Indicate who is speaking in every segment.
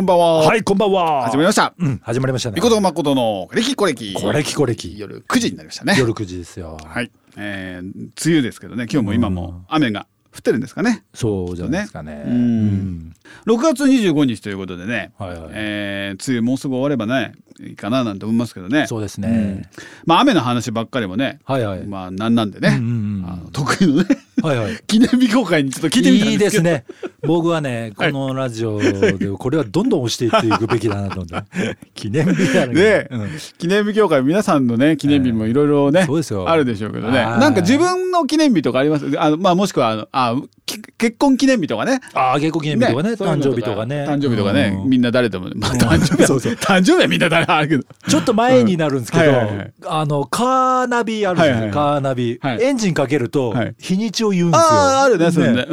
Speaker 1: こんばんは。
Speaker 2: はい、こんばんは。
Speaker 1: 始まりました。
Speaker 2: 始まりましたね。
Speaker 1: みこと誠のこれきこれき。
Speaker 2: これきこれき。
Speaker 1: 夜9時になりましたね。
Speaker 2: 夜9時ですよ。
Speaker 1: はい。梅雨ですけどね、今日も今も雨が降ってるんですかね。
Speaker 2: そうじゃないですかね。
Speaker 1: 6月25日ということでね、
Speaker 2: はいはい、
Speaker 1: 梅雨もうすぐ終わればねいいかななんて思いますけどね。
Speaker 2: そうですね。
Speaker 1: まあ雨の話ばっかりもね、
Speaker 2: はいはい、
Speaker 1: まあなんでね、得意のね、
Speaker 2: はいはい、
Speaker 1: 記念日公開にちょっと聞いてみたんですけど。
Speaker 2: いいですね。僕はね、このラジオでこれはどんどん押していっていくべきだなと思って記念日だね、
Speaker 1: 記念日協会、皆さんのね記念日もいろいろね、あるでしょうけどね、なんか自分の記念日とかあります？まあもしくは結婚記念日とかね、
Speaker 2: 結婚記念日とかね、誕生日とかね、
Speaker 1: 誕生日とかね、みんな誰でもね、誕生日はみんな誰あるけど、
Speaker 2: ちょっと前になるんですけど、カーナビあるじゃないですか。カーナビエンジンかけると日にちを言うんですよ。
Speaker 1: あるね、それね。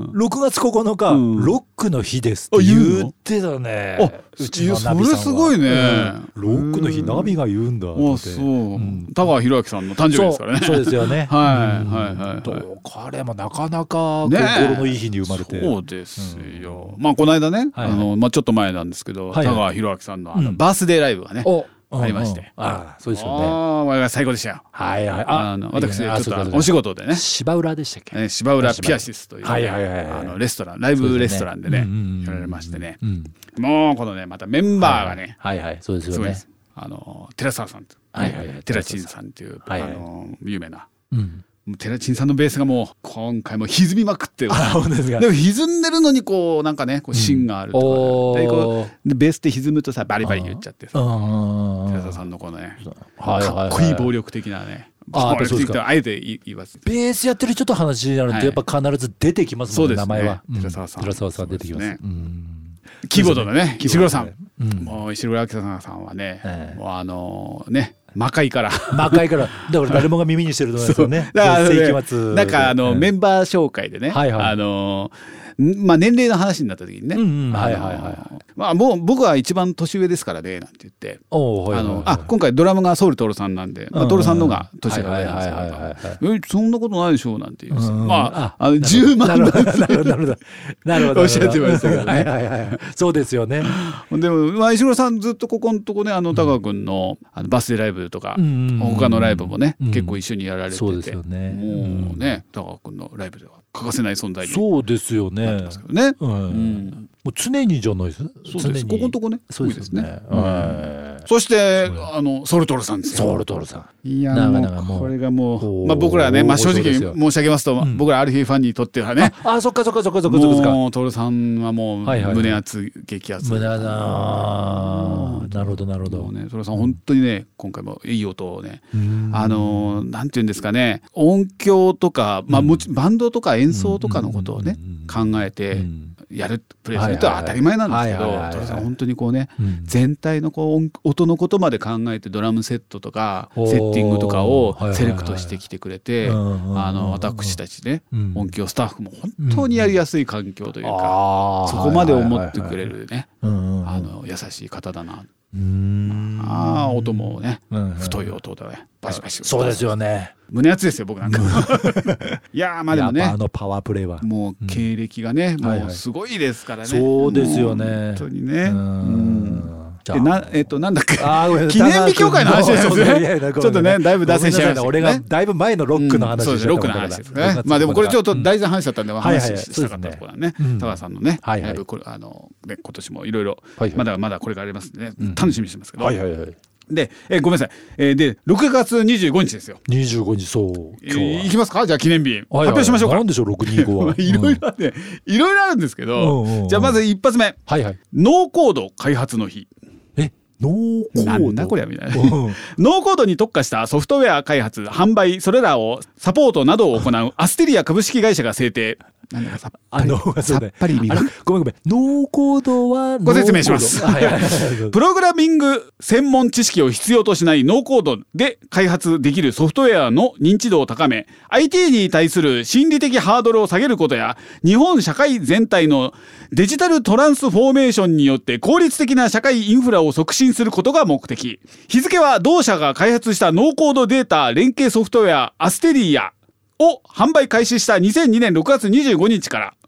Speaker 2: 6月9日ロックの日ですって言ってたね。うちのナビさんは。
Speaker 1: それすごいね。
Speaker 2: ロックの日ナビが言うんだって。
Speaker 1: そう田川博明さんの誕生日ですからね。
Speaker 2: そうですよね。
Speaker 1: はい。
Speaker 2: 彼もなかなか心のいい日に生まれて。
Speaker 1: そうですよ。まあこの間ね、まあちょっちょっと前なんですけど、田川博明さんのバースデーライブがねありまして、
Speaker 2: そうですよね。
Speaker 1: 我々最高でしたよ。
Speaker 2: はいはい。
Speaker 1: 私ちょっとお仕事でね、
Speaker 2: 芝浦でしたっけ？
Speaker 1: 芝浦ピアシスというレストラン、ライブレストランでねやられましてね、もうこのねまたメンバーがね、
Speaker 2: そうですよね。
Speaker 1: 寺澤さんと寺陳さんという有名な。寺陳さんのベースがもう今回も歪みまくってる。でも歪んでるのにこうなんかねこう芯があるとか、でこうベースって歪むとさバリバリ言っちゃってさ、寺澤さんのこのねかっこいい暴力的なね、暴力的とあえて言います。
Speaker 2: ベースやってる人と話になるとやっぱ必ず出てきますもんね、名前は。
Speaker 1: 寺澤さん
Speaker 2: 出てきます。
Speaker 1: キーボードのね石黒さん、もう石黒明さんはね、もうね魔界から
Speaker 2: だから誰もが耳にしてると思いますよね。
Speaker 1: なんかメンバー紹介でね、まあ年齢の話になった時にね、まあもう僕は一番年上ですからねなんて言って、今回ドラムがソウルトールさんなんで、トールさんのが年が上なんですけど、そんなことないでしょうなんて言うんですよ。まあ10万なるほどおっしゃってましたけどね。
Speaker 2: そうですよね。
Speaker 1: でも石黒さんずっとここのとこね、田川君のバースデーライブとか他のライブもね結構一緒にやられてて、もうね田川君のライブでは欠かせない存在に。
Speaker 2: そうですよね。もう常にじゃないです。
Speaker 1: そうです。ここのとこね。
Speaker 2: そうですね。
Speaker 1: そしてソルトルさんですよ。
Speaker 2: ソルトルさん。
Speaker 1: いやもうこれがもうまあ僕らね、まあ正直申し上げますと、僕らアルフィーファンにとってはね、
Speaker 2: そっか。
Speaker 1: もうトルさんはもう胸熱激熱。
Speaker 2: なるほど。
Speaker 1: トルさん本当にね今回もいい音をね、なんていうんですかね、音響とかまあバンドとか演奏とかのことをね考えてやるプレイするとは当たり前なんですけど、トルさん本当にこうね全体のこう音のことまで考えてドラムセットとかセッティングとかをセレクトしてきてくれて、私たちね音響スタッフも本当にやりやすい環境というか、そこまで思ってくれるね優しい方だな。音もね太い音でバシバシ。
Speaker 2: そうですよね。
Speaker 1: 胸熱ですよ僕なんか。いやまあでもね
Speaker 2: パワープレイは
Speaker 1: もう経歴がねもうすごいですからね。
Speaker 2: そうですよね。
Speaker 1: 本当にね。なんだっけ、記念日協会の話ですね。ちょっとねだいぶ脱線しちゃいました。
Speaker 2: 俺がだいぶ前のロックの話でした。
Speaker 1: ロックの話ですね。まあでもこれちょっと大事な話だったんで話したかったところだね。田川さんのね今年もいろいろまだまだこれがありますんでね、楽しみにしてますけど。でごめんなさい。で6月25日ですよ。
Speaker 2: 25日。そう
Speaker 1: いきますか。じゃあ記念日発表しましょうか。
Speaker 2: なんでしょう625は。
Speaker 1: いろいろあるんですけど、じゃあまず一発目、ノーコード開発の日。
Speaker 2: ノーコード
Speaker 1: なんだこれはみたいな。ノーコードに特化したソフトウェア開発販売それらをサポートなどを行うアステリア株式会社が制定。なんだかさっぱり意味が。
Speaker 2: ごめん。ノーコードは
Speaker 1: ご説明します。プログラミング専門知識を必要としないノーコードで開発できるソフトウェアの認知度を高め、 IT に対する心理的ハードルを下げることや、日本社会全体のデジタルトランスフォーメーションによって効率的な社会インフラを促進することが目的。日付は同社が開発したノーコードデータ連携ソフトウェアアステリアを販売開始した2002年6月25日から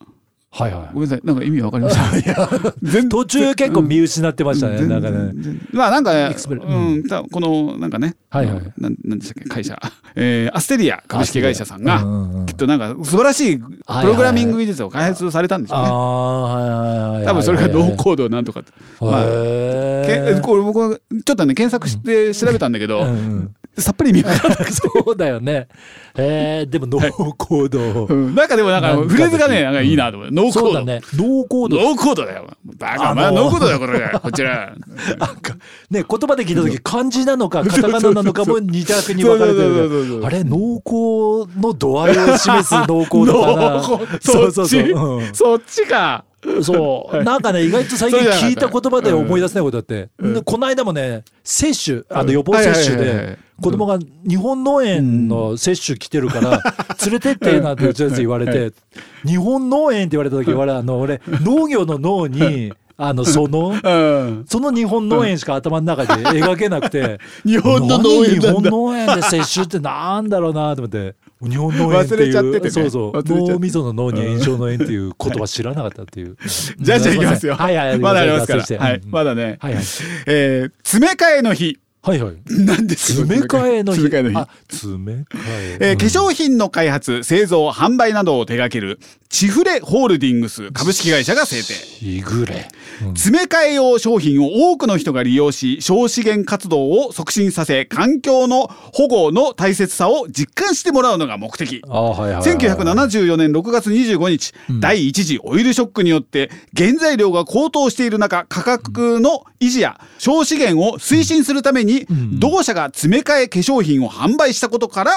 Speaker 2: はいはい、
Speaker 1: ごめんなさい、なんか意味わかりました
Speaker 2: 途中結構見失ってましたね、なんかね。
Speaker 1: まあなんか、このなんかね、
Speaker 2: はいはい、
Speaker 1: なんでしたっけ、会社、アステリア株式会社さんがきっとなんか素晴らしいプログラミング技術を開発されたんですよね。多分それがノーコードなんとかって、まあ、これ僕はちょっとね検索して調べたんだけど、さっぱり見分からなくて。
Speaker 2: そうだよね。でもノーコード、
Speaker 1: なんかでもなんかフレーズがね、なんかいいなと思って、ノーコード。
Speaker 2: そうだね、ノーコード。
Speaker 1: ノーコードだよ。バカ、ノーコードだよこれ。こちら。
Speaker 2: なんかね、言葉で聞いた時漢字なのかカタカナなのかも二択に分かれてる。あれ濃厚の度合いを示す濃厚だから。そっちか。そうなんかね、意外と最近聞いた言葉で思い出せないことあって、この間もね、接種予防接種で子供が日本農園の接種来てるから連れてってなんてうちのやつ言われて、日本農園って言われた時、俺農業の農にその日本農園しか頭の中で描けなくて
Speaker 1: 日本の農園
Speaker 2: 日本農園で接種ってなんだろうなと思って、日本農園っていう脳みその脳に炎症の園っていう言葉知らなかったっていう。
Speaker 1: じゃあいきますよ。まだありますから。まだね。詰め替えの日。
Speaker 2: はいはい。
Speaker 1: なんです
Speaker 2: 詰め替えの日。
Speaker 1: 詰め替えの日。
Speaker 2: 詰め替え。
Speaker 1: 化粧品の開発、製造、販売などを手掛けるチフレホールディングス株式会社が制定。
Speaker 2: チフレ。
Speaker 1: 詰め替え用商品を多くの人が利用し、省資源活動を促進させ、環境の保護の大切さを実感してもらうのが目的。1974年6月25日、第一次オイルショックによって原材料が高騰している中、価格の維持や省資源を推進するために、同社が詰め替え化粧品を販売したことから、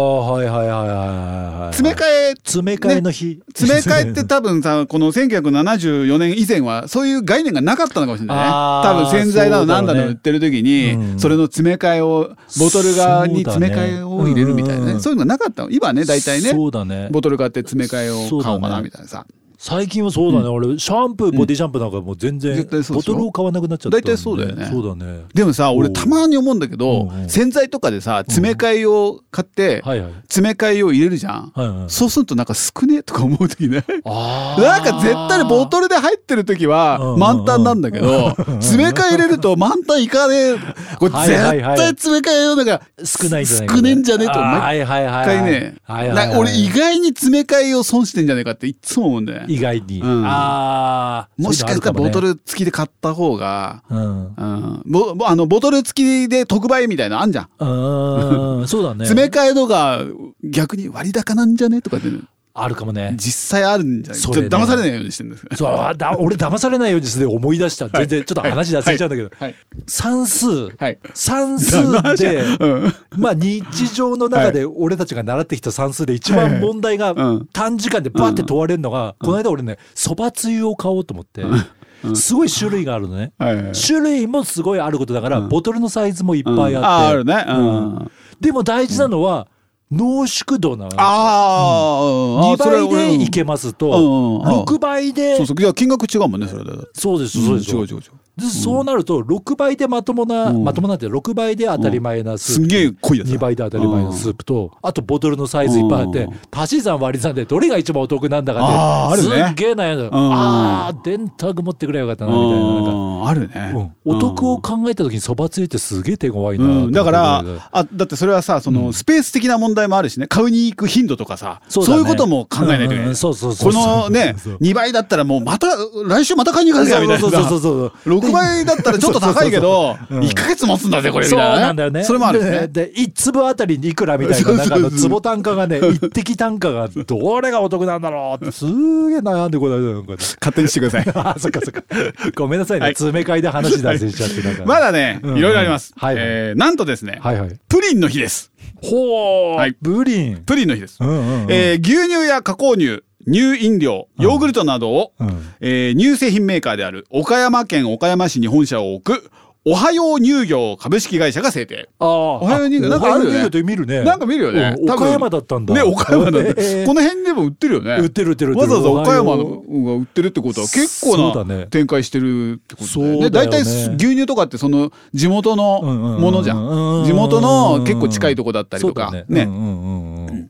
Speaker 1: 詰め
Speaker 2: 替えの日、
Speaker 1: 詰め替えって多分さ、この1974年以前はそういう概念がなかったのかもしれないね。多分洗剤だのなんだの売ってる時に、それの詰め替えをボトル側に詰め替えを入れるみたいなね、そういうのがなかったの。今ね、大体ね、ボトル買って詰め替えを買おうかなみたいなさ。
Speaker 2: 最近はそうだね、俺シャンプーボディシャンプーなんかもう全然ボトルを買わなくなっちゃった。
Speaker 1: 大体そうだよね。
Speaker 2: そうだね。
Speaker 1: でもさ、俺たまに思うんだけど、洗剤とかでさ、詰め替えを買って詰め替えを入れるじゃん。そうするとなんか少ねとか思う時ね。なんか絶対ボトルで入ってる時は満タンなんだけど、詰め替え入れると満タンいかねえ。これ絶対詰め替え用のが
Speaker 2: 少ないんじゃない
Speaker 1: 少ねえんじゃねえと毎回ね。俺意外に詰め替えを損してんじゃねえかっていつも思うんだよね。
Speaker 2: 意外に、も
Speaker 1: しかしたらボトル付きで買った方が、ボトル付きで特売みたいなのあんじゃん。そうだね。詰め替えのが逆に割高なんじゃねとかって
Speaker 2: あるかもね。
Speaker 1: 実際あるんじゃない。騙されないようにしてるんです。
Speaker 2: 俺騙されないようにして思い出した。全然ちょっと話脱線しちゃうんだけど、算数でまあ日常の中で俺たちが習ってきた算数で一番問題が短時間でバッて問われるのが、この間俺ね、そばつゆを買おうと思って。すごい種類があるのね。種類もすごいあることだから、ボトルのサイズもいっぱいあって、でも大事なのは濃縮度なの。2倍でいけますと6倍で、
Speaker 1: そうそう、いや金額違うもんね、それで。
Speaker 2: そうですそうです。違うそうなると6倍でまともなって6倍で当たり前なスープ、
Speaker 1: すげえ濃いやつ、
Speaker 2: 2倍で当たり前なスープと、あとボトルのサイズいっぱいあって、足し算割り算でどれが一番お得なんだかってすっげえ悩んだ。電卓持ってくればよかったなみたいな。なんか
Speaker 1: あるね。
Speaker 2: お得を考えた時にそばつゆってすげえ手強いな。
Speaker 1: だからだってそれはさ、そのスペース的な問題もあるしね、買いに行く頻度とかさ、そういうことも考えないといけない。このね2倍だったらもうまた来週また買いに行かなきゃみたいな。6倍だったらちょっと高いけど1ヶ月持つんだぜこれみたいな。
Speaker 2: そうなんだよね。
Speaker 1: それもあるね。
Speaker 2: で1粒あたりにいくらみたいな、なんか坪単価がね、一滴単価がどれがお得なんだろうってすげえ悩んでこない。
Speaker 1: 勝手にしてください。
Speaker 2: あ、そっかそっか。ごめんなさいね、詰め替えで話出せしちゃって。
Speaker 1: まだねいろいろあります。なんとですね、プリンの日です。
Speaker 2: ほう、プリン
Speaker 1: の日です。牛乳や加工乳、乳飲料、ヨーグルトなどを乳製品メーカーである岡山県岡山市に本社を置くおはよう乳業株式会社が制定。おはよう乳業、なんかあるよね。
Speaker 2: 見るね。
Speaker 1: なんか見るよね。
Speaker 2: 岡山だったんだ。
Speaker 1: ね、岡山だった。この辺でも売ってるよね。
Speaker 2: 売ってる。
Speaker 1: わざわざ岡山が売ってるってことは結構な展開してるってことだよね。大体牛乳とかってその地元のものじゃん。地元の結構近いとこだったりとかね。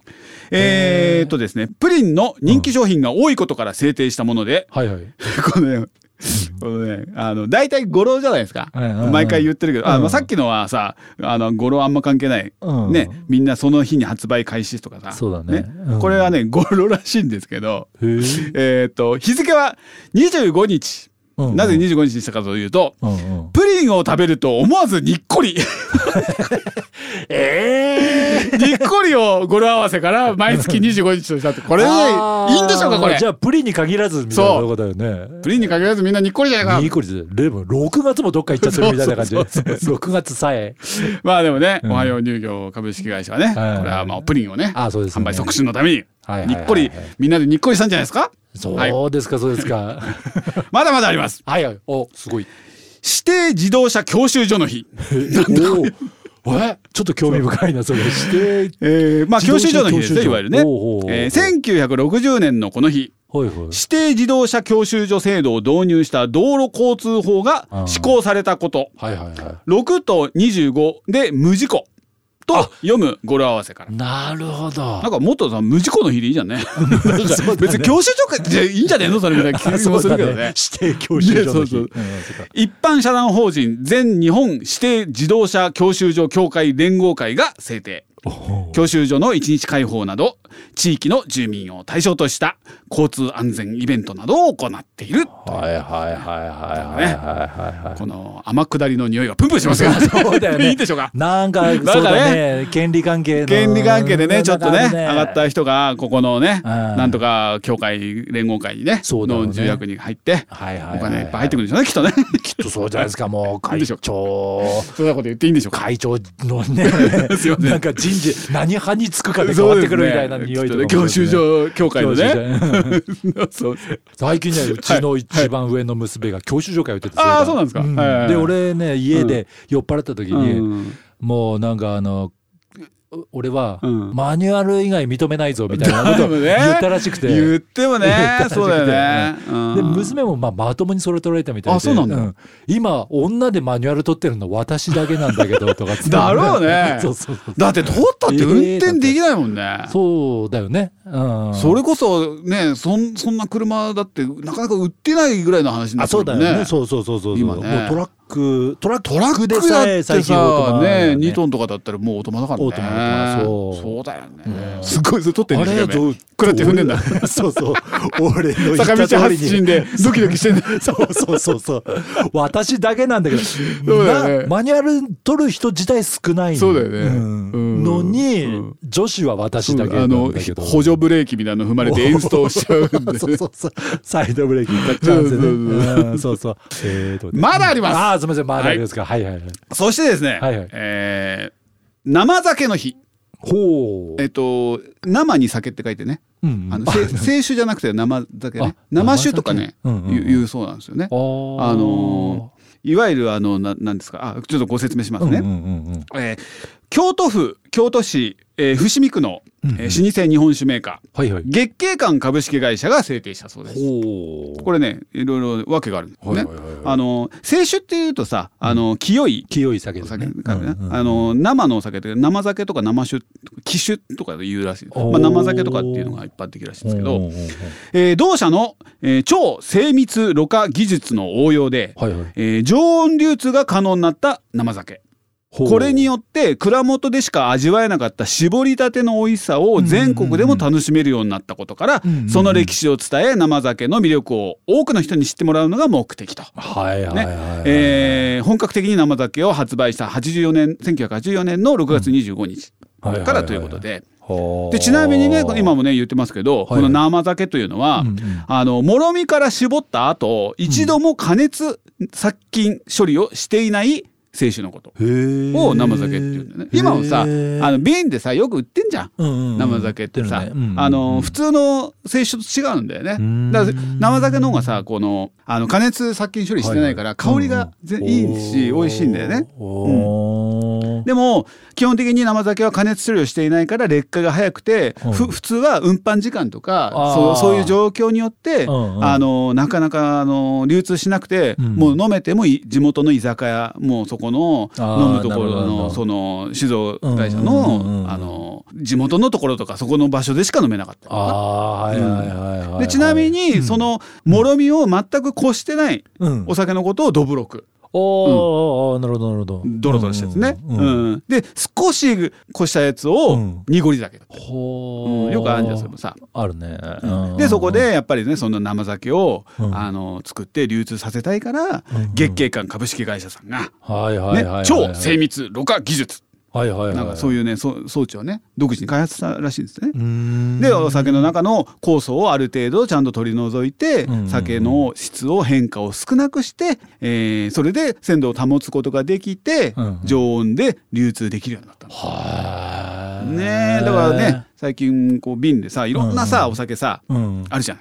Speaker 1: ですね、プリンの人気商品が多いことから制定したもので、
Speaker 2: はいはい、
Speaker 1: このね大体語呂じゃないですか、毎回言ってるけど、さっきのはさ語呂あんま関係ない、ね、みんなその日に発売開始とかさ、
Speaker 2: そうだね、
Speaker 1: これはね語呂らしいんですけど、日付は25日。なぜ25日にしたかというと、プリンを食べると思わずにっこりにっこりを語呂合わせから毎月25日としたって、これねいいんでしょうかこれ。
Speaker 2: じゃあプリンに限らずみたいなことだよね。
Speaker 1: プリンに限らずみんなにっこりじゃないか。
Speaker 2: にっこりで6月もどっか行っちゃってるみたいな感じ。6月さえ
Speaker 1: まあでもね、おはよう乳業株式会社はね、これはまあプリンをね販売促進のためににっこりみんなでにっこりしたんじゃないですか。
Speaker 2: そうですか、そうですか。
Speaker 1: まだまだあります。
Speaker 2: はいはい、お、すごい。
Speaker 1: 指定自動車教習所の日。
Speaker 2: ちょっと興味深いなそれ。指定、
Speaker 1: まあ教習所の日ですね、いわゆるね。1960年のこの日、指定自動車教習所制度を導入した道路交通法が施行されたこと。6と25で無事故と読む語呂合わせから。
Speaker 2: なるほど。
Speaker 1: なんかもっとさ無事故の日でいいじゃんね。別に教習所でいいんじゃねえのそれみたいな気もするけどね。
Speaker 2: 指定教習所の日。
Speaker 1: 一般社団法人全日本指定自動車教習所協会連合会が制定。教習所の一日開放など地域の住民を対象とした交通安全イベントなどを行っている。この天下りの匂いがプンプンしますが、そうだよね。いいでしょうか。
Speaker 2: なんかそうだね。権利関係
Speaker 1: でねちょっとね上がった人がここのねなんとか協会連合会にねの重役に入ってお金いっぱい入ってくるんでしょうねきっとね。
Speaker 2: きっとそうじゃないですか。もう会長、
Speaker 1: そんなこと言っていいんでしょうか。
Speaker 2: 会長のねなんか人事何派につくかで変わってくるみたいな匂いとか、
Speaker 1: 教習所協会のね。
Speaker 2: 最近ねうちの一番上の娘が教習所通ってて、
Speaker 1: ああそうなんですか。
Speaker 2: で俺ね家で酔っ払った時にもうなんか俺はマニュアル以外認めないぞみたいなことを言ったらしくて、
Speaker 1: 言ってもねそうだよね。
Speaker 2: で娘もまともにそれ取られたみたいで、
Speaker 1: そうなんだ。
Speaker 2: 今女でマニュアル取ってるの私だけなんだけどとか
Speaker 1: だろうね。だって取ったって運転できないもんね。そう
Speaker 2: だよね。
Speaker 1: それこそねそんな車だってなかなか売ってないぐらいの話になってるもんね。
Speaker 2: そう今ねもうトラックで
Speaker 1: さえ最近オートマね2トンとかだったらもうオートマだからね。そうだよね。すごいそれ取ってんじゃん。クラッチ踏んでんだ。
Speaker 2: そう俺の
Speaker 1: 坂道発進でドキドキしてんだ。
Speaker 2: そう私だけなんだけどマニュアル取る人自体少ない
Speaker 1: そうだよね
Speaker 2: のに女子は私だけなんだけど、
Speaker 1: 補助ブレーキみたいなの踏まれてエンストしちゃうんで
Speaker 2: サイドブレーキにかかっちゃうんですよね。
Speaker 1: まだあります。
Speaker 2: すみません、まだありますか。
Speaker 1: そしてですね生酒の日。生に酒って書いてね、清酒じゃなくて生酒ね、生酒とかね言うそうなんですよね。いわゆる何ですか。ちょっとご説明しますね。京都府京都市伏見区の老舗日本酒メーカー月桂冠株式会社が制定したそうです。これねいろいろ訳があるんですね。清酒っていうとさ清い
Speaker 2: 酒ですね。
Speaker 1: 生のお酒って生酒とか生酒貴酒とかで言うらしい。生酒とかっていうのが一般的らしいんですけど、同社の超精密ろ過技術の応用で常温流通が可能になった生酒。これによって蔵元でしか味わえなかった搾りたての美味しさを全国でも楽しめるようになったことから、その歴史を伝え生酒の魅力を多くの人に知ってもらうのが目的と。本格的に生酒を発売した1984年の6月25日からということで。ちなみにね今もね言ってますけど、この生酒というのはもろみから絞った後一度も加熱殺菌処理をしていない清酒のことを生酒っていうんだよね。今もさ瓶でさよく売ってんじゃん、生酒ってさ、普通の清酒と違うんだよね。だから生酒の方がさ加熱殺菌処理してないから香りがいいし美味しいんだよね。 でも基本的に生酒は加熱処理をしていないから劣化が早くて、普通は運搬時間とかそういう状況によって、なかなか流通しなくて、もう飲めても地元の居酒屋、もうそこの飲むところのその酒造会社の地元のところとかそこの場所でしか飲めなかった。でちなみにそのもろみを全くこしてないお酒のことをどぶろく。
Speaker 2: なるほどなるほど。
Speaker 1: ドロドロしたやつね。で少しこしたやつを濁り酒だった。よくあるんじゃんそれもさ。
Speaker 2: あるね。
Speaker 1: でそこでやっぱりねその生酒を作って流通させたいから月桂冠株式会社さんが超精密ろ過技術。なんかそういうね装置をね独自に開発したらしいんですね。でお酒の中の酵素をある程度ちゃんと取り除いて、酒の質を変化を少なくして、それで鮮度を保つことができて、常温で流通できるようになったんです。ねだからね最近こう瓶でさいろんなさお酒さあるじゃない。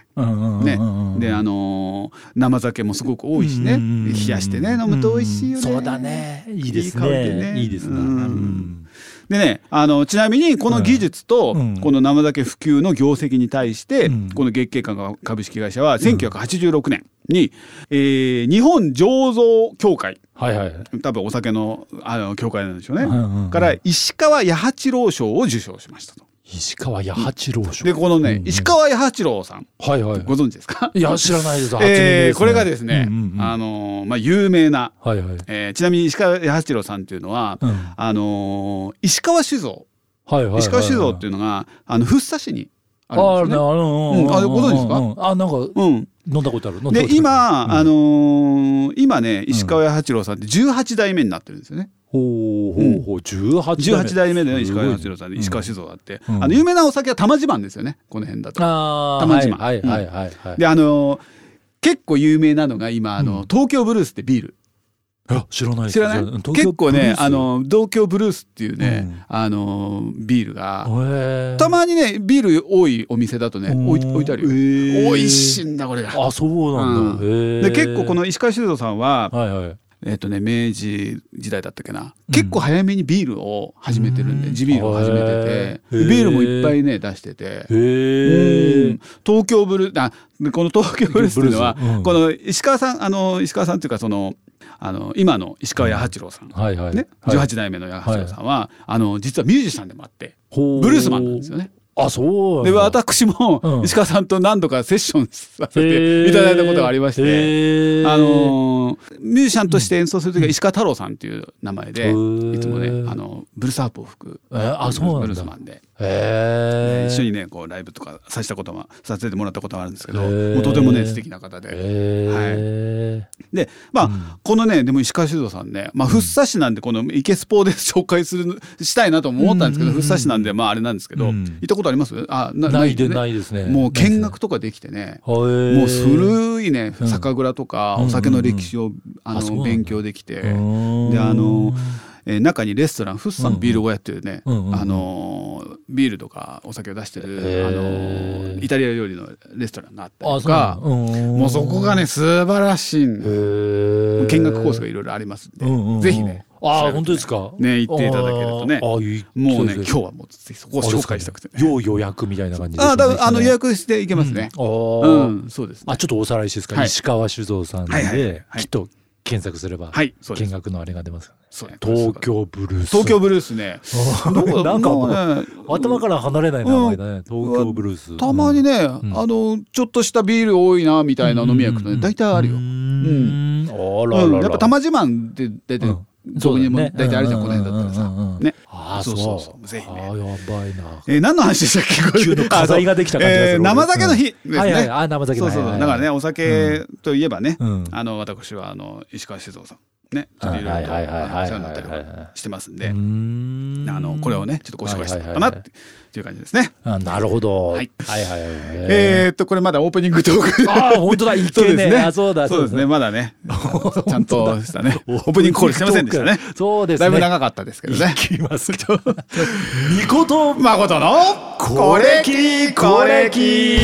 Speaker 1: ねで生酒もすごく多いしね冷やしてね飲むと美味しいよね。
Speaker 2: そうだねいいですね。いいですね。
Speaker 1: でねちなみにこの技術とこの生酒普及の業績に対してこの月桂冠株式会社は1986年に日本醸造協会多分お酒の協会なんでしょうねから石川弥八郎賞を受賞しましたと。
Speaker 2: 石川弥八郎賞
Speaker 1: でこのね石川弥八郎さんご存知ですか？
Speaker 2: いや知らないです。
Speaker 1: これがですね有名なちなみに石川弥八郎さんっていうのは石川酒造石川酒造っていうのが福生市にあるんですよね。ご存知ですか？なんか
Speaker 2: 飲んだことある。
Speaker 1: で今ね石川弥八郎さんって18代目になってるんですよね。18代目で石川八郎さんで石川酒造だって有名なお酒は玉自慢ですよねこの辺だと。玉自慢で結構有名なのが今東京ブルースってビール
Speaker 2: 知らない
Speaker 1: 結構ね東京ブルースっていうねビールがたまにねビール多いお店だとね置いてあるよ。美味しいんだこれが。
Speaker 2: そうなんだ。
Speaker 1: で結構この石川酒造さんは明治時代だったっけな、結構早めにビールを始めてるんで地ビールを始めててビールもいっぱいね出してて東京ブルーこの東京ブルースっていうのはこの石川さんっていうかその今の石川弥八郎さんね18代目の弥八郎さんは実はミュージシャンでもあってブルースマンなんですよね。
Speaker 2: そう
Speaker 1: で私も石川さんと何度かセッションさせていただいたことがありまして、ミュージシャンとして演奏する時は石川太郎さんっていう名前でいつもねブルースハープを吹くブルースマンで一緒にねこうライブとかさせてもらったことがあるんですけどもうとてもね素敵な方で。でこのねでも石川酒造さんね福生市なんでこのイケスポで紹介したいなと思ったんですけど福生市なんであれなんですけど行ったことあります？
Speaker 2: ないですね。
Speaker 1: もう見学とかできてねもう古いね酒蔵とかお酒の歴史を勉強できてで中にレストランフッサのビール小屋っていうねビールとかお酒を出してるイタリア料理のレストランがあったりとかもうそこがね素晴らしい見学コースがいろいろありますんでぜひね
Speaker 2: 本当ですか
Speaker 1: ね行っていただけるとねもうね今日はもうぜひそこを紹介したくて
Speaker 2: 要予約みたいな感じで
Speaker 1: 予約していけますね。そうですね。
Speaker 2: ちょっとおさらいしてですか。石川酒造さんできっと検索すれば見学のあれが出ますかね。東京ブルースねなんか頭から離れない名前だね。東京ブルース
Speaker 1: たまにねちょっとしたビール多いなみたいな飲み屋行くとね大体あるよ。やっぱ玉自慢って出てそうにも大体あるじゃんこの辺だったらさね。そうぜひね。やばいな。何の話でしたっけ？
Speaker 2: 急の課題ができた感じがする。
Speaker 1: 生酒の日ですね。
Speaker 2: 生酒の日。
Speaker 1: だからねお酒といえばね私は石川酒造さんねちょっといろいろとお世話になったりしてますんでこれをねちょっとご紹介したかったなっていう感じですね。
Speaker 2: なるほど。
Speaker 1: これまだオープニングトーク。
Speaker 2: 本当だ一見ね。そう
Speaker 1: ですねまだねちゃんとしたねオープニングコールしてませんでしたね。
Speaker 2: そうですね。
Speaker 1: だいぶ長かったですけどね。
Speaker 2: いきますとみこと
Speaker 1: まことのこれきこれき。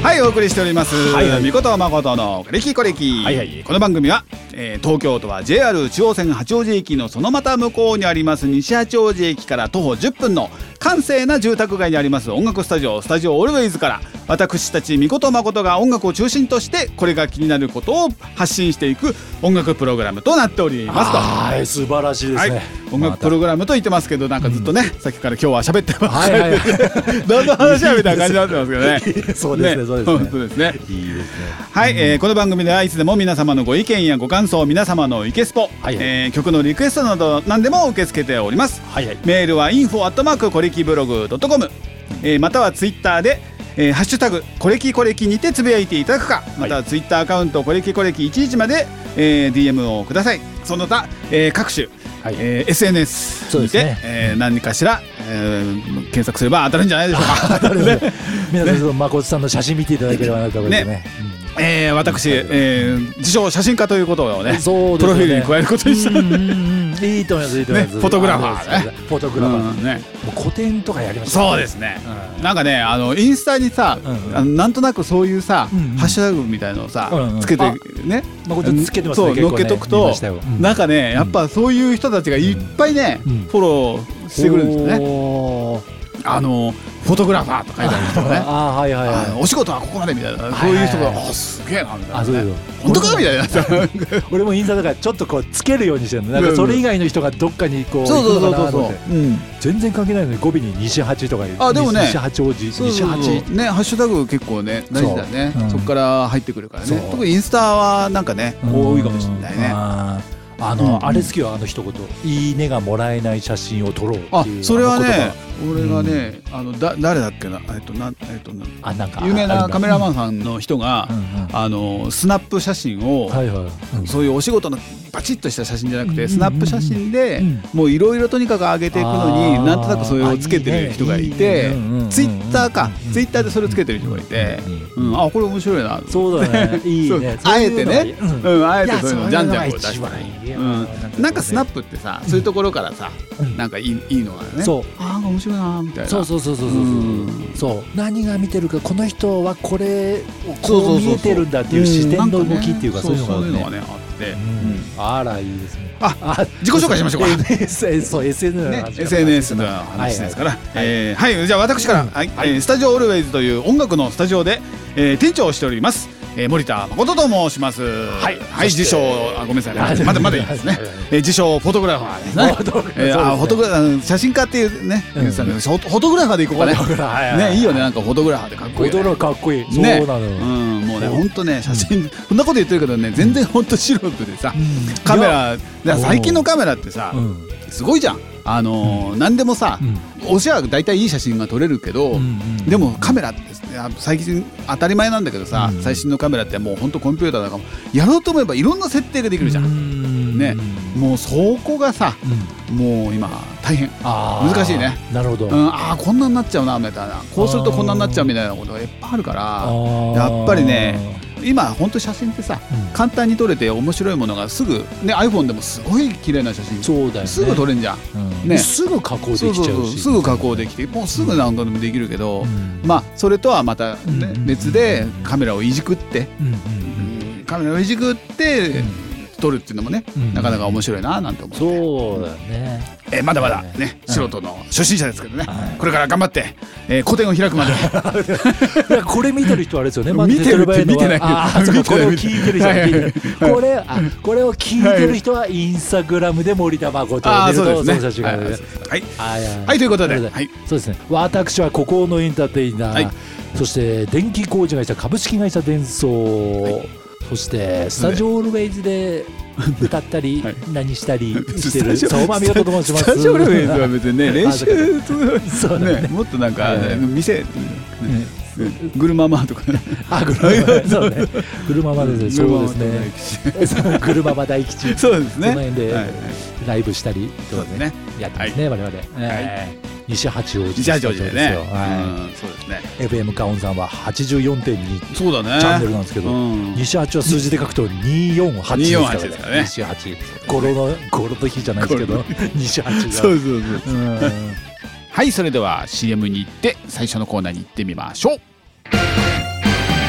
Speaker 1: はい、お送りしております、みことまことのこれきこれき、この番組は、東京都は JR 中央線八王子駅のそのまた向こうにあります西八王子駅から徒歩10分の閑静な住宅街にあります音楽スタジオオールウェイズから、私たちみことまことが音楽を中心としてこれが気になることを発信していく音楽プログラムとなっておりますと。
Speaker 2: はい、素晴らしいですね、
Speaker 1: 音楽プログラムと言ってますけど、なんかずっとね、さっきから今日は喋ってますどんどん話はみたいな感じになってますけどね
Speaker 2: そうですね、そうですね、
Speaker 1: 本当ですね。
Speaker 2: いいですね。
Speaker 1: はい、この番組ではいつでも皆様のご意見やご感想、皆様のイケスポ、曲のリクエストなど何でも受け付けております。メールは info@ コレキブログ.com、またはツイッターでハッシュタグコレキコレキにてつぶやいていただくか、またはツイッターアカウントコレキコレキ11まで、DM をください。その他、各種、SNS にて、何かしら、検索すれば当たるんじゃないでしょうか
Speaker 2: 皆さん誠さんの写真見ていただければなと思いますね。
Speaker 1: 私、自称写真家ということをね、プロフィールに加えることにした
Speaker 2: いいと思います、いいと思います。
Speaker 1: フォトグラファーね、
Speaker 2: フォトグラファーね、もう個展とかやりました。
Speaker 1: そうですね。なんかね、インスタにさ、なんとなくそういうさ、ハッシュタグみたいのをさつけてね、
Speaker 2: つけてますね。
Speaker 1: 乗っけとくと、なんかね、やっぱそういう人たちがいっぱいね、フォローしてくるんですよね。フォトグラファーと書いてある人がね、お仕事はここまでみたいな、そういう人がすげえなみたいな、本当かみたいな
Speaker 2: 俺もインスタだからちょっとこうつけるようにしてるの。なんかそれ以外の人がどっかにこう行くのかなと思って、全然関係ないのに語尾に西八とか言う。でもね、西八王子、西八
Speaker 1: ね、ハッシュタグ結構ね大事だね。そこから入ってくるからね。特にインスタはなんかね多いかもしれないね。
Speaker 2: あれ好きよ、一言、いいねがもらえない写真を撮ろうっていう。
Speaker 1: それはね、俺がね、誰だっけな、有名なカメラマンさんの人がスナップ写真を、そういうお仕事のバチッとした写真じゃなくて、スナップ写真でもういろいろとにかく上げていくのに、なんとなくそれをつけてる人がいて、ツイッターでそれをつけてる人がいて、これ面白いな。
Speaker 2: そうだね、いいね。
Speaker 1: あえてね、あえてそういうのじゃんじゃんこう出したらいい。なんかスナップってさ、そういうところからさ、なんかいいのがね、面白いなみたいな。そう何が見てるか、この人はこれこう見えてるんだっていう視点の動きっていうか、そういうのがねあって、あらいいですね。 自己紹介しましょうか。SNS の話ですから。じゃあ私から、スタジオオルウェイズという音楽のスタジオで店長をしております森田誠と申します。自称、ごめんなさい、まだいいですね。自称フォトグラファーですね。フォトグラ写真家っていうね、フォトグラファーでいこうかね。いいよね、なんかフォトグラファーでかっこいい。
Speaker 2: かっこいい。そうなの。
Speaker 1: もうね、本当ね、写真そんなこと言ってるけどね、全然本当素人でさ、カメラ最近のカメラってさすごいじゃん。何でもさ、おしゃは大体いい写真が撮れるけど、でもカメラって最近当たり前なんだけどさ、最新のカメラってもう本当コンピューターだからやろうと思えばいろんな設定ができるじゃんね。もうそこがさ、もう今大変難しいね。
Speaker 2: なるほど。
Speaker 1: こんなになっちゃうなみたいな、こうするとこんなになっちゃうみたいなことがいっぱいあるから、やっぱりね、今本当写真ってさ、簡単に撮れて面白いものがすぐね、 iPhone でもすごい綺麗な写真すぐ撮れんじゃんね。
Speaker 2: すぐ加工できちゃうし、
Speaker 1: すぐ加工できて、もうすぐ何度でもできるけど、それとはまた別でカメラをいじくって撮るっていうのもね、なかなか面白いななんて思って。
Speaker 2: そうだね。
Speaker 1: まだまだね、素人の初心者ですけどね、これから頑張って個展を開くまで。
Speaker 2: これ見てる人はあれですよね。
Speaker 1: 見てるって見てないけど、
Speaker 2: これを聞いてる人、これを聞いてる人はインスタグラムで森田誠を見るとその写真がある。はい、ということで、そうですね。私は孤高のエンターテイナー、そして電気工事会社株式会社デンソー、そしてスタジオオルウェイズで歌ったり何したりしてる相馬美音と申します。
Speaker 1: スタジオオルウェイズは別にね、練習ね、もっとなんか店グルママとかね、
Speaker 2: そうね、グルママですね。そうですね、グルママ大吉、
Speaker 1: そうですね、
Speaker 2: その辺でライブしたりとかねやってますね、我々。西八王子でね。そうですね。FM カオンさんは 84.2 チャンネルなんですけど、西八は数字で書くと248ですからね。西八、ゴロの日じゃないですけど、西八が。そう。
Speaker 1: はい、それでは CM に行って最初のコーナーに行ってみましょう。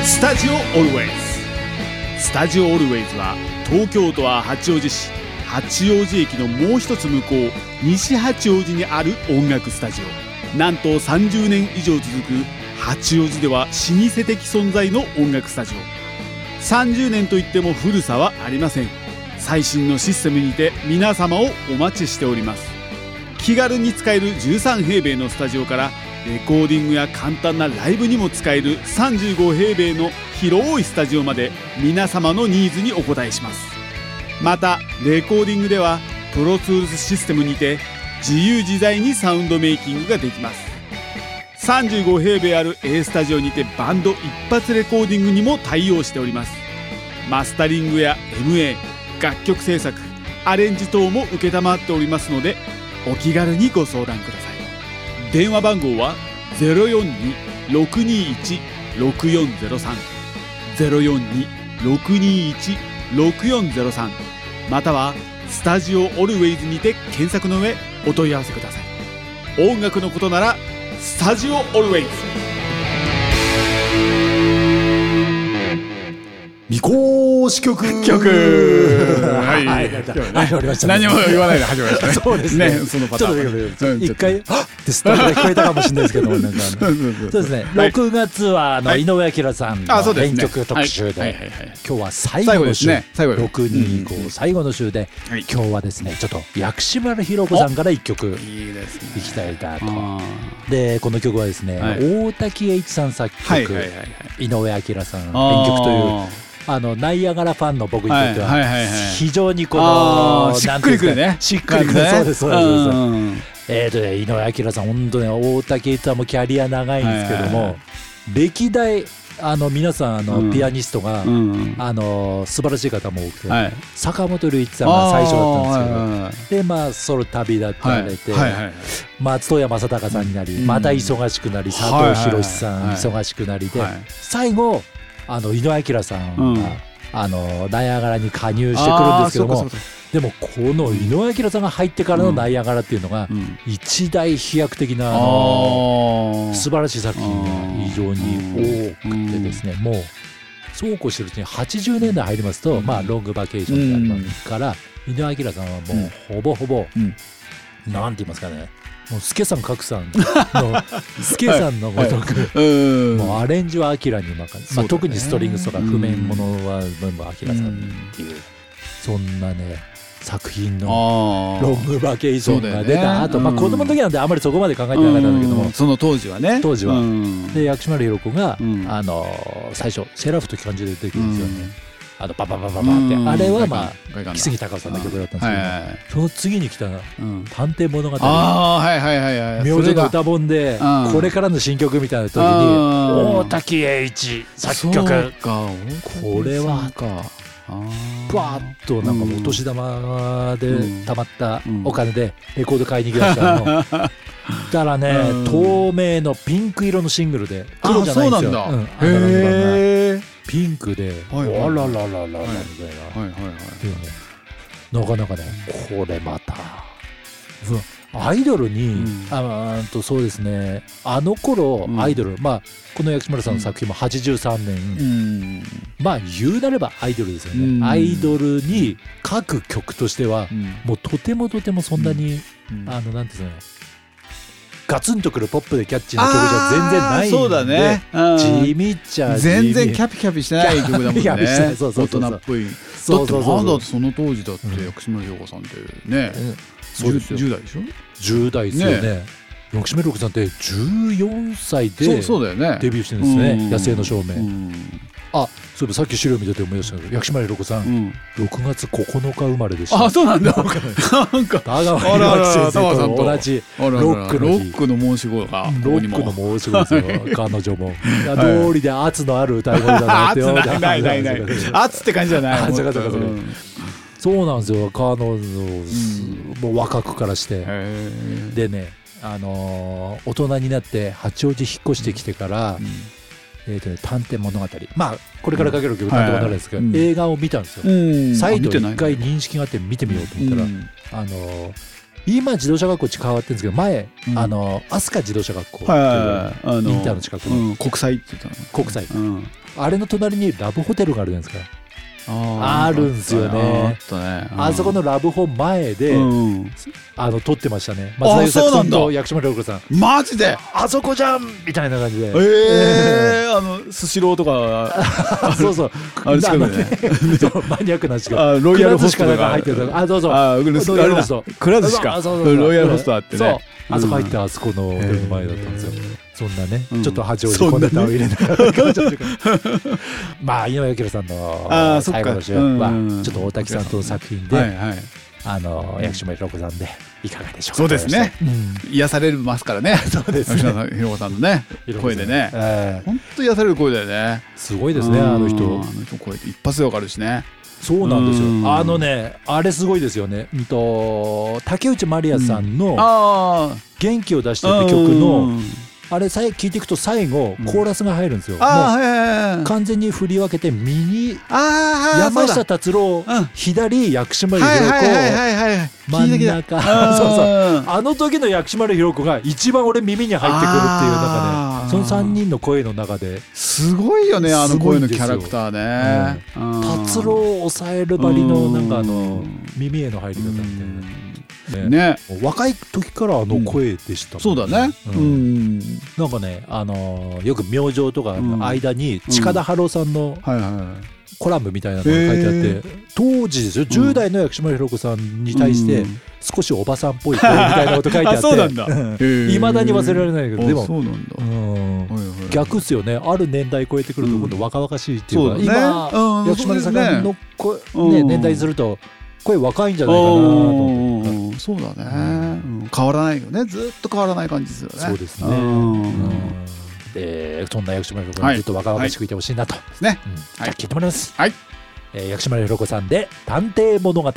Speaker 1: スタジオオルウェイズ。スタジオオルウェイズは東京都は八王子市、八王子駅のもう一つ向こう西八王子にある音楽スタジオ。なんと30年以上続く八王子では老舗的存在の音楽スタジオ。30年といっても古さはありません。最新のシステムにて皆様をお待ちしております。気軽に使える13平米のスタジオからレコーディングや簡単なライブにも使える35平米の広いスタジオまで皆様のニーズにお応えします。またレコーディングではプロツールスシステムにて自由自在にサウンドメイキングができます。35平米ある A スタジオにてバンド一発レコーディングにも対応しております。マスタリングや MA、 楽曲制作、アレンジ等も承っておりますのでお気軽にご相談ください。電話番号は 042-621-6403 042-621-6403 またはスタジオオルウェイズにて検索の上お問い合わせください。音楽のことならスタジオオルウェイズ。
Speaker 2: 未公式曲
Speaker 1: はい
Speaker 2: 始まりました。
Speaker 1: 何も言わないで始まりましたね。
Speaker 2: そうですね。
Speaker 1: そのパターン
Speaker 2: 一回はっってスタートが聞こえたかもしれないですけども、なんかそうですね。6月は井上彰さんの編曲特集で、今日は最後の週、625最後の週で、今日はですねちょっと薬師丸ひろ子さんから1曲いきたいなと。でこの曲はですね大滝栄一さん作曲、井上彰さん編曲というナイアガラファンの僕にとっては非常にこの
Speaker 1: しっくりくるね。
Speaker 2: しっくりくるね。そうですそうです。井上彰さん本当に大滝栄一さんもキャリア長いんですけども、歴代皆さんピアニストが素晴らしい方も多くて、坂本龍一さんが最初だったんですけど、でまあソロ旅立たれて松任谷正隆さんになり、また忙しくなり、佐藤宏さん忙しくなりで、最後井上彰さんがナイアガラに加入してくるんですけども、でもこの井上彰さんが入ってからのナイアガラっていうのが一大飛躍的な素晴らしい作品が非常に多くてですね、もうそうこうしてるうちに80年代入りますと、まあロングバケーションがありますから、井上彰さんはもうほぼほぼなんて言いますかね、もうスケさん格さんのスケさんのごとくもうアレンジはアキラに任せ、特にストリングスとか譜面ものは全部アキラさんっていう、そんなね作品のロングバケーションが出た後、まあ子供の時なんであんまりそこまで考えてなかったんだけども、
Speaker 1: その当時はね、
Speaker 2: で薬師丸ひろ子が最初セーラー服と感じで出てくるんですよね。バババババってあれはまあ木杉隆さんの曲だったんですけど、その次に来た探偵物語、明星の歌本でこれからの新曲みたいな時に大滝栄一作曲、これはバーッとなんかお年玉でたまったお金でレコード買いに行きましたのだらね、透明のピンク色のシングルで、黒じゃないんですよ。へー、ピンクであららららららみたいな、なかなかねこれまたアイドルにそうですね、頃アイドル、まあこの薬師丸さんの作品も83年、まあ言うなればアイドルですよね。アイドルに書く曲としてはもうとてもそんなになんていうんですかね、ガツンとくるポップでキャッチーな曲じゃ全然ないんで、そうだね、地味っちゃ
Speaker 1: 全然キャピキャピしてない曲だもんね。大人っぽい。だってまだその当時だって薬師丸ひろ子さんってね10代でしょ。10
Speaker 2: 代ですよね。薬師丸ひろ子さんって14歳でデビューしてるんですね、野生の証明。そういえばさっき資料見てて思い出したけど、薬師丸ひろ子さん6月9日生まれでした。
Speaker 1: そうなんだ。なんか
Speaker 2: 田川先生と同じロッ
Speaker 1: クの申し子が
Speaker 2: ロックの申し子ですよ。彼女も通りで圧のある歌い声だなって。
Speaker 1: ない圧って感じじゃない。
Speaker 2: そうなんですよ。彼女もう若くからしてでね、大人になって八王子引っ越してきてから探偵物語、まあこれからかける曲探偵物語ですけど、映画を見たんですよ。再度一回認識があって見てみようと思ったら、 今自動車学校変わってるんですけど、前、飛鳥自動車学校っていうインターの近くの、
Speaker 1: 国際って言ったの、
Speaker 2: 国際、あれの隣にラブホテルがあるじゃないですか。あるんですよね。あそこのラブホ前で撮ってましたね。松田優作さんと薬師丸ひろ子さん。
Speaker 1: マジで
Speaker 2: あそこじゃんみたいな感じで。
Speaker 1: スシローとか
Speaker 2: そうそう、
Speaker 1: あれ近くでね、
Speaker 2: マニアックなし
Speaker 1: かロイヤルホスト
Speaker 2: が入ってる。そうそう、
Speaker 1: ロイヤルホストくら寿司か、ロイヤルホストあってね、
Speaker 2: あそこ入ってあそこのホテルの前だったんですよ。そんなね、ちょっと八王子小ネタを入れながらまあ井上彰さんの最後の主演はちょっと大滝さんとの作品で、薬師丸ひろ子さんでいかがでしょうか。
Speaker 1: そうですね、癒されますからね。そうですね、ひろ子さんのね声でね、本当癒される声だよね。
Speaker 2: すごいですね、あの人
Speaker 1: 声って一発でわかるしね。
Speaker 2: そうなんですよ。あれすごいですよね。竹内まりやさんの元気を出してる曲のあれ聞いていくと最後コーラスが入るんですよ。完全に振り分けて右山下達郎、左薬師丸ひろ子、真ん中、あの時の薬師丸ひろ子が一番俺耳に入ってくるっていう中で、その3人の声の中です
Speaker 1: ごいよね、あの声のキャラクターね。
Speaker 2: 達郎を抑えるばりのなんか耳への入り方ってね、若い時からあの声でしたもんね。
Speaker 1: そうだね。
Speaker 2: なんかね、よく明星とかの間に近田春夫さんのコラムみたいなのが書いてあって、当時ですよ、10代の薬師丸ひろ子さんに対して少しおばさんっぽい声みたいなこと書いてあって、いまだに忘れられないけど、でも逆っすよね。ある年代超えてくると今度若々しいっていうか、今薬師丸さんの年代にすると声若いんじゃないかなと思って。
Speaker 1: そうだね、変わらないよね。ずっと変わらない感じですよね。
Speaker 2: そうですね。そんな薬師丸ひろ子にずっと若々しくいてほしいなと。じゃあ聞いてもらいます。薬師丸ひろ子さんで探偵物語。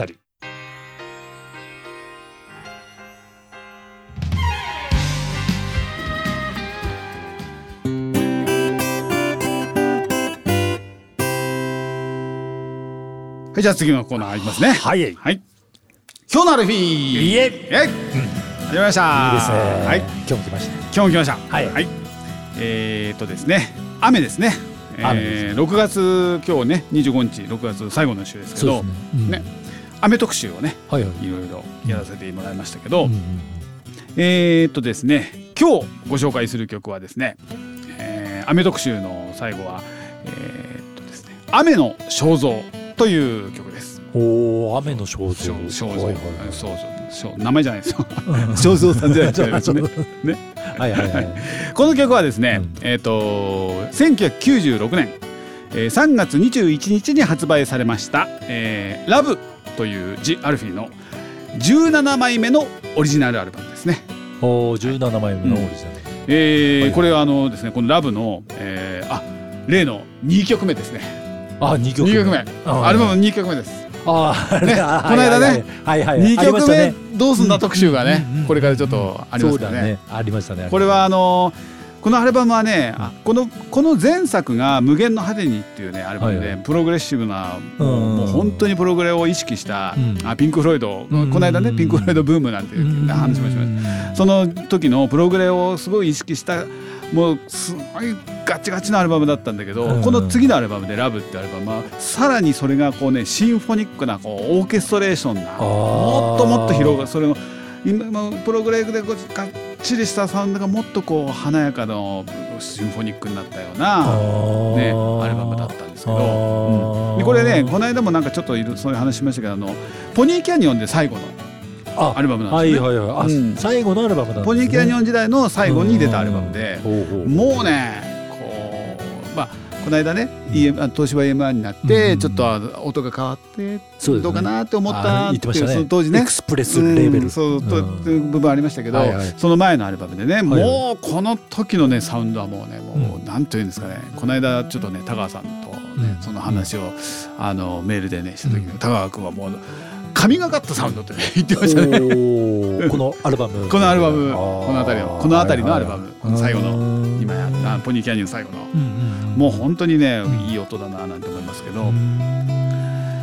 Speaker 1: じゃあ次のコーナーいきますね。はい。今日のアルフィー。
Speaker 2: いえ。
Speaker 1: 始まりました。
Speaker 2: いいですね。今日も来ました。
Speaker 1: 今日も来ました。はい。ですね、雨ですね。6月今日ね25日6月最後の週ですけどね、雨特集をねいろいろやらせてもらいましたけど、ですね、今日ご紹介する曲はですね、雨特集の最後はですね、雨の肖像という曲です。
Speaker 2: 雨の肖像。
Speaker 1: 名前じゃないですよ。肖像さんじゃないですね。この曲はですね、1996年3月21日に発売されましたラブというジ・アルフィーの17枚目のオリジナルアルバムですね。
Speaker 2: 17枚目のオリジナル。
Speaker 1: これはですね、このラブの例の2曲目ですね。2曲目、アルバムの2曲目です。この間ね、2曲目どうすんだ特集がね、これからちょっとありますからね。
Speaker 2: ありましたね。
Speaker 1: これはこのアルバムはね、この前作が無限の果てにっていうねアルバムで、プログレッシブなもう本当にプログレを意識したピンク・フロイド、この間ねピンク・フロイドブームなんていう話もしました。その時のプログレをすごい意識したもうすごいガチガチなアルバムだったんだけど、この次のアルバムでラブってアルバムはさらにそれがこうねシンフォニックなオーケストレーションなもっともっと広がる、それの今のプログレでがっちりしたサウンドがもっとこう華やかなシンフォニックになったようなねアルバムだったんですけど、でこれねこの間もなんかちょっとそういう話しましたけどポニーキャニオンで最後のアルバムなんですね。
Speaker 2: 最後のアルバムなんですね。
Speaker 1: ポニーキャニオン時代の最後に出たアルバムで、もうねこの間ね東芝 EMR になってちょっと音が変わってどうかなって思ったっていうその当時ね
Speaker 2: エクスプレスレーベル
Speaker 1: そういう部分ありましたけど、その前のアルバムでねもうこの時のねサウンドはもうねもうなんていうんですかね、この間ちょっとね田川さんとねその話をメールでねした時に田川君はもう神がかったサウンドって言ってましたね。
Speaker 2: このアルバム
Speaker 1: この辺りのアルバム最後の今やったポニーキャニオン最後のもう本当にねいい音だななんて思いますけど、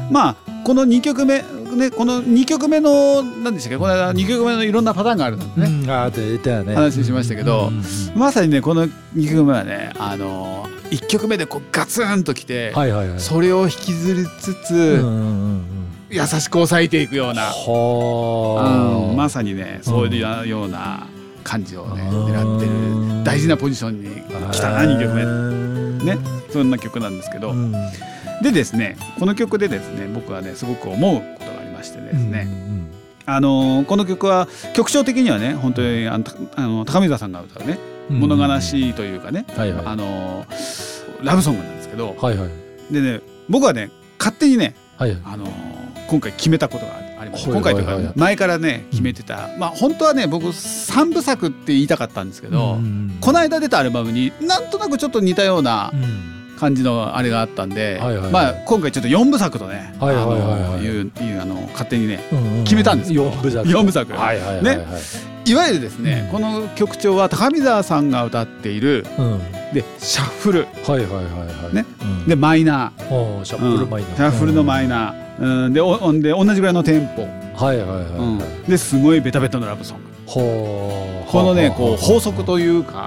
Speaker 1: まあこの2曲目ね、この2曲目の何でしたっけ、この間2曲目のいろんなパターンがあるのでね、話しましたけど、まさにねこの2曲目はね1曲目でこうガツンときて、それを引きずりつつ、優しく抑えていくような、まさにねそういうような感じをね狙ってる大事なポジションに来たな2曲目ね、そんな曲なんですけど、でですねこの曲でですね僕はねすごく思うことがありましてですね、この曲は曲調的にはね本当に高見沢さんが歌うね物悲しいというかね、ラブソングなんですけど、でね僕はね勝手にね、今回決めたことがあります。今回というか前からね決めてた、まあ本当はね僕3部作って言いたかったんですけど、この間出たアルバムになんとなくちょっと似たような感じのあれがあったんで、まあ今回ちょっと4部作とね勝手にね決めたんですよ。4部作ね。いわゆるですねこの曲調は高見沢さんが歌っているでシャッフルねでマイナー、シャッフルのマイナーで同じぐらいのテンポですごいベタベタのラブソング、このねこう法則というか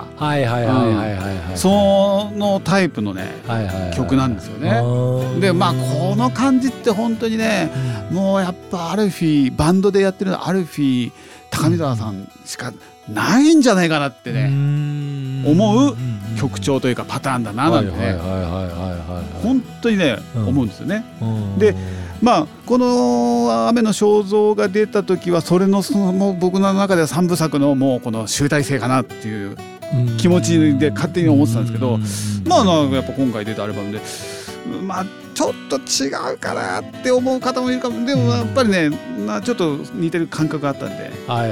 Speaker 1: そのタイプのね曲なんですよね。でまあこの感じって本当にねもうやっぱアルフィーバンドでやってるアルフィー高見沢さんしかないんじゃないかなってね思う曲調というかパターンだななんてね本当にね思うんですよね。でまあこの雨の肖像が出た時はそのもう僕の中では3部作のもうこの集大成かなっていう気持ちで勝手に思ってたんですけど、まあやっぱ今回出たアルバムでまあちょっと違うかなって思う方もいるかも。でもやっぱりねちょっと似てる感覚があったんで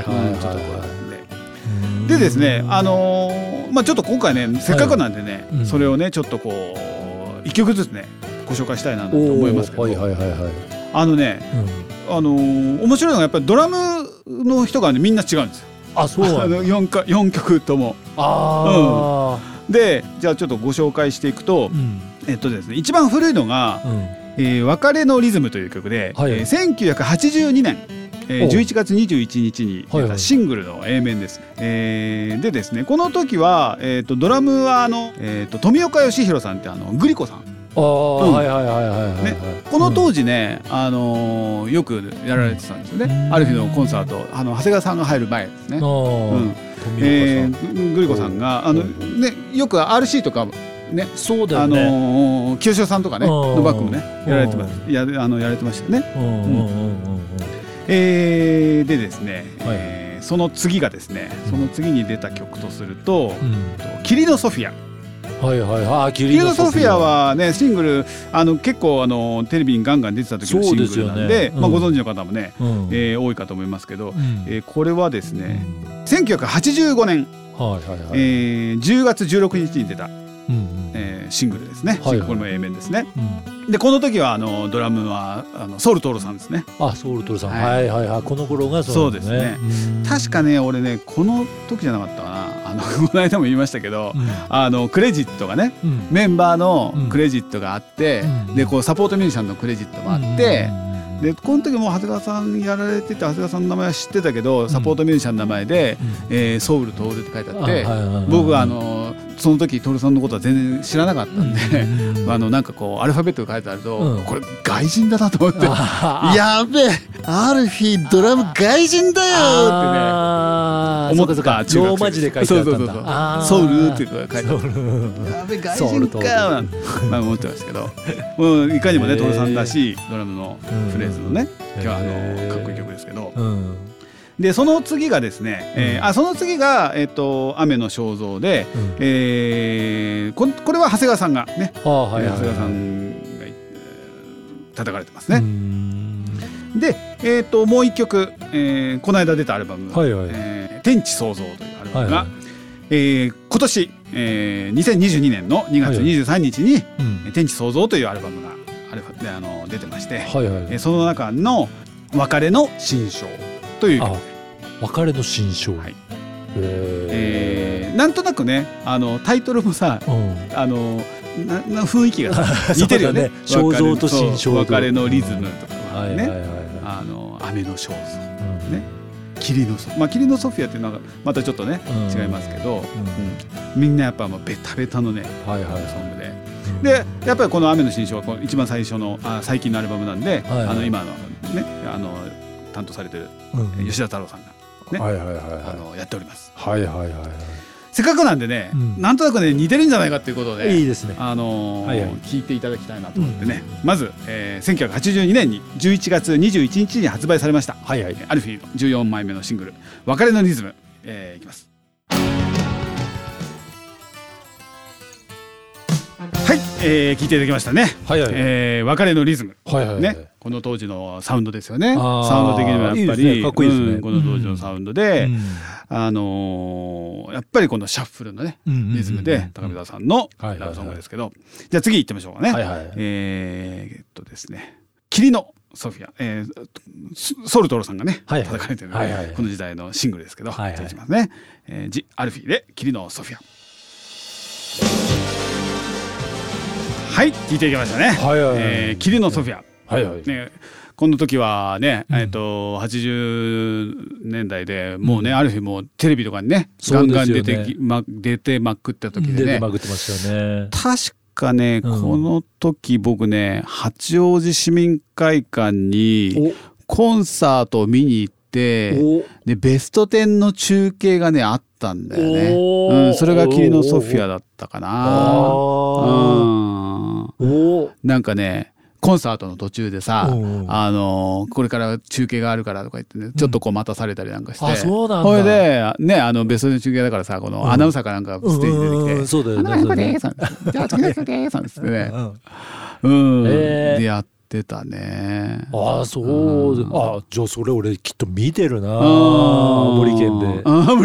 Speaker 1: でですねまあちょっと今回ねせっかくなんでねそれをねちょっとこう1曲ずつねご紹介したいなと思いますけど、面白いのがやっぱりドラムの人がねみんな違うんですよ。
Speaker 2: あ、そうなんだ。
Speaker 1: 4曲とも。でじゃあちょっとご紹介していくと、ですね一番古いのが別れのリズムという曲で1982年11月21日に出たシングルの A 面です。でですねこの時はドラムは富岡義弘さんってグリコさん、この当時ねよくやられてたんですよね。アルフィのコンサート長谷川さんが入る前ですね。グリコさんがよく RC とかね、そうだよね。清志郎さんとかねのバックもねやられてましたよね。でですね、その次がですねその次に出た曲とすると霧のソフィア。霧のソフィアはねシングル結構テレビにガンガン出てた時のシングルなんでご存知の方もね多いかと思いますけど、これはですね1985年10月16日に出たシングルですね。これも A 面ですね。でこの時はドラムはソウルトールさんですね。
Speaker 2: ソウルトールさん、この頃が
Speaker 1: そうですね。確かね俺ねこの時じゃなかったかなこの間も言いましたけど、クレジットがねメンバーのクレジットがあって、でこうサポートミュージシャンのクレジットもあって、でこの時も長谷川さんやられてて長谷川さんの名前は知ってたけどサポートミュージシャンの名前でソウルトールって書いてあって、僕はその時トールさんのことは全然知らなかったんでなんかこうアルファベットが書いてあるとこれ外人だなと思ってやべえアルフィードラム外人だよってね思った中学生。
Speaker 2: ローマ字で書いてあったんだ。
Speaker 1: ソウルって書いてあるやべえ外人かなんて思ってましたけど、いかにもねトールさんらしいドラムのフレーズのね今日かっこいい曲ですけど、でその次がですね、その次が雨の肖像で、これは長谷川さんがね長谷川さんが叩かれてますね。でもう一曲この間出たアルバム天地創造というアルバムが今年2022年の2月23日に天地創造というアルバムが出てまして、その中の別れの新章という曲。
Speaker 2: 別れの新章。なん
Speaker 1: となくねタイトルもさ雰囲気が似てるよね。
Speaker 2: 肖像と新肖像、
Speaker 1: 別れのリズムとかね、雨の肖像、ね、霧の霧のソフィアっていうのはまたちょっとね、違いますけど、みんなやっぱベタベタのね、ソングで、やっぱりこの雨の新章はこの一番最初の最近のアルバムなんで、今のね担当されてる吉田太郎さんがね、やっております。せっかくなんでね、なんとなくね似てるんじゃないかっていうことで、
Speaker 2: いいですね、
Speaker 1: 聞いていただきたいなと思ってね、まず、1982年に11月21日に発売されました、アルフィーの14枚目のシングル「別れのリズム」いきます。はい、聞いていただきましたね。別れのリズム、ね、この当時のサウンドですよね。サウンド的にはやっぱりこの当時のサウンドで、やっぱりこのシャッフルのねリズムで高見沢さんのラブソングですけど、じゃあ次行ってみましょうかね。ですね、霧のソフィア、ソルトロさんがね叩かれてるこの時代のシングルですけど、じゃあいきますね。ジ・アルフィーで霧のソフィア。はい、聞いていきましたね。霧のソフィア、この時はね、80年代でもうね、ある日もうテレビとかにねガンガン出てまくった時でね、確かね、この時僕ね八王子市民会館にコンサートを見に行って、でベスト10の中継がねあったんだよね。それが霧のソフィアだったかな。なんかねコンサートの途中でさ、これから中継があるからとか言ってね、ちょっとこう待たされたりなんかして、それでねベストの中継だからさ、このアナウンサーかなんかステージ出てきて、そうだよね、じゃあ次の中継さんですってね、でやってたね。じゃあそれ俺きっと見てるな、青森県で。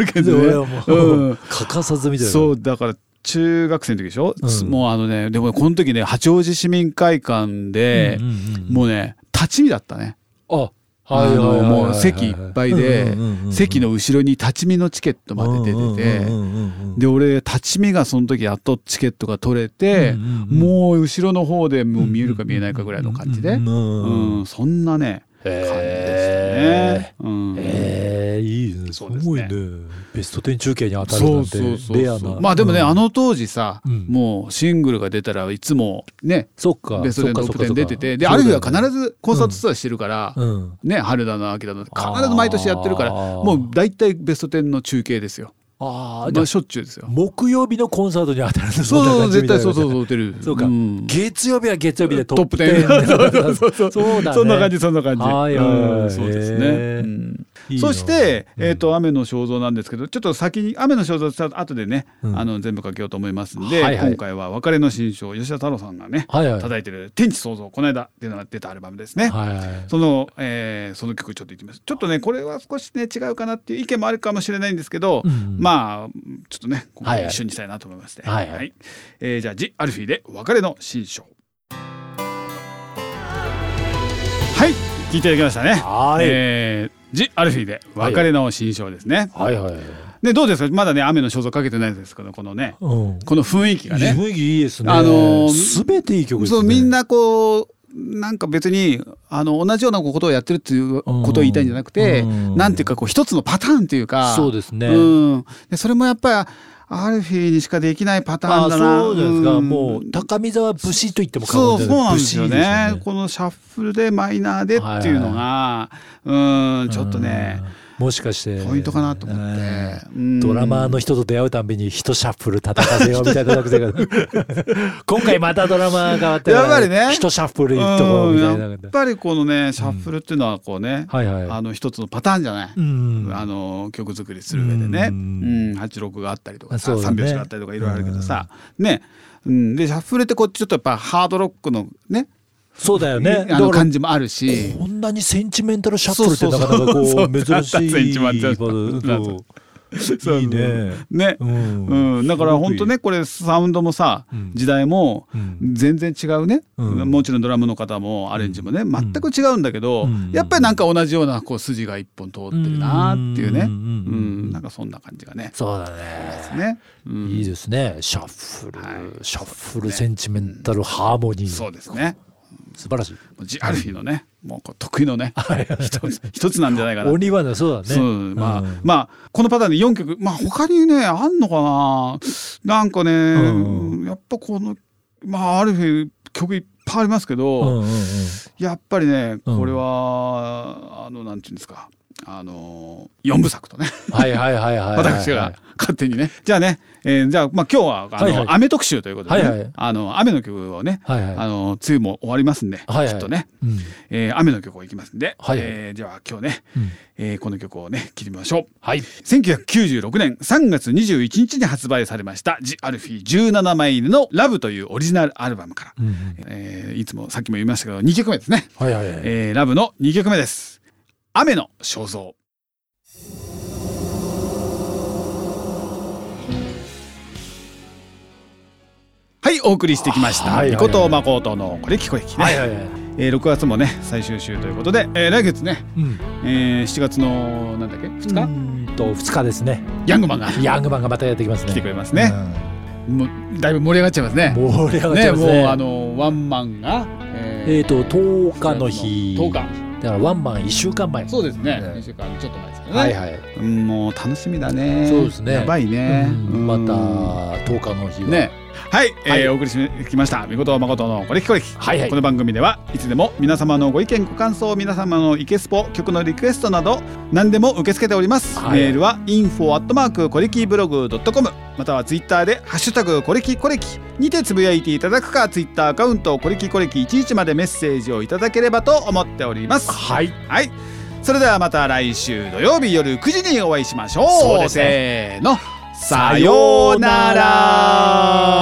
Speaker 1: 欠かさず見てる。そうだから中学生の時でしょ、もうでもこの時ね八王子市民会館でもうね立ち見だったね。もう席いっぱいで、席の後ろに立ち見のチケットまで出てて、で俺立ち見がその時やっとチケットが取れて、もう後ろの方でもう見えるか見えないかぐらいの感じで、そんなね感じでしたね。いいね、すごいね。ベスト10中継に当たるなんてレアな。まあでもね、あの当時さ、もうシングルが出たらいつもねベスト10トップ10出てて、である日は必ずコンサートツアーしてるからね、春だの秋だの必ず毎年やってるから、もう大体ベスト10の中継ですよ。しょっちゅうですよ。木曜日のコンサートに当たるんです。そう絶対そう出る。そうか。月曜日は月曜日でトップ10。そうだね。そんな感じそんな感じ。そうですね。そして雨の肖像なんですけど、ちょっと先に雨の肖像した後でね全部かけようと思いますんで、今回は別れの新章、吉田太郎さんがね叩いてる天地創造、この間出たアルバムですね。その曲ちょっと言ってみます。ちょっとねこれは少しね違うかなっていう意見もあるかもしれないんですけど、まあちょっとね今回一緒にしたいなと思いまして、じゃあジ・アルフィーで別れの新章。はい、聞いていただきましたね。ジ・アルフィーで別れの新章ですね。でどうですか、まだね雨の肖像かけてないですけど、このねこの雰囲気がね、雰囲気いいですね。全ていい曲ですね。みんなこうなんか別に同じようなことをやってるっていうことを言いたいんじゃなくて、なんていうかこう一つのパターンっていうか、そうですね。でそれもやっぱりアルフィーにしかできないパターンだな。そうですか。もう高見沢節と言っても過言じゃない。そうなんですよね。このシャッフルでマイナーでっていうのがちょっとねもしかしてポイントかなと思って、ドラマーの人と出会うたんびに一シャッフル叩かせようみたいな作戦が今回またドラマー変わってやっぱりね一シャッフルいっとこうみたいな。やっぱりこのねシャッフルっていうのはこうね一つのパターンじゃない、曲作りする上でね、86があったりとかさ、3拍子があったりとかいろいろあるけどさね、でシャッフルってこうちょっとやっぱハードロックのねそうだよね。感じもあるし、こんなにセンチメンタルシャッフルってなかなかこう珍しい。
Speaker 2: いいね。
Speaker 1: ね、だから本当ねこれサウンドもさ、時代も全然違うね、もちろんドラムの方もアレンジもね全く違うんだけど、やっぱりなんか同じようなこう筋が一本通ってるなっていうね、なんかそんな感じがね。
Speaker 2: そうだね。いいですね。シャッフルセンチメンタルハーモニー。
Speaker 1: そうですね。
Speaker 2: 素晴らしい。
Speaker 1: ジ・アルフィーのね、もう得意のね一つなんじゃないかな。
Speaker 2: オンリーワンだ。そうだね。
Speaker 1: まあこのパターンで4曲、まあ他にねあんのかな。なんかね、やっぱこのアルフィー曲いっぱいありますけど、やっぱりねこれはなんていうんですか。4部作とね私が勝手にねじゃあね、じゃあ今日は雨特集ということでね、雨の曲をね、梅雨も終わりますんできっとね、雨の曲をいきますんで、では今日ね、この曲をね聴いてみましょう。1996年3月21日に発売されましたジ・アルフィー17枚入りのラブというオリジナルアルバムから、いつもさっきも言いましたけど2曲目ですね。ラブの2曲目です。雨の肖像。はい、お送りしてきましたみこと誠のこれきこれきね。6月もね最終週ということで、来月ね、7月のなんだっけ2日
Speaker 2: ですね。
Speaker 1: ヤングマンが
Speaker 2: またやってきますね。
Speaker 1: 来てくれますね。もうだいぶ盛り上がっちゃいますね。
Speaker 2: 盛り上がっちゃいますね。
Speaker 1: もうワンマンが
Speaker 2: 10日の日。
Speaker 1: 10日
Speaker 2: だからワンマン1週間前。
Speaker 1: そうですね。1週間ちょっと前ですけどね。もう楽しみだね。
Speaker 2: そうですね。
Speaker 1: やばいね。
Speaker 2: また10日の日は
Speaker 1: ね。お送りしてきましたみこと誠のこれきこれき。この番組ではいつでも皆様のご意見ご感想、皆様のイケスポ曲のリクエストなど何でも受け付けております。メールは info@ コレキブログ .com またはツイッターでハッシュタグコレキコレキにてつぶやいていただくか、ツイッターアカウントコレキコレキ11までメッセージをいただければと思っております。それではまた来週土曜日夜9時にお会いしましょう。せーの、さようなら。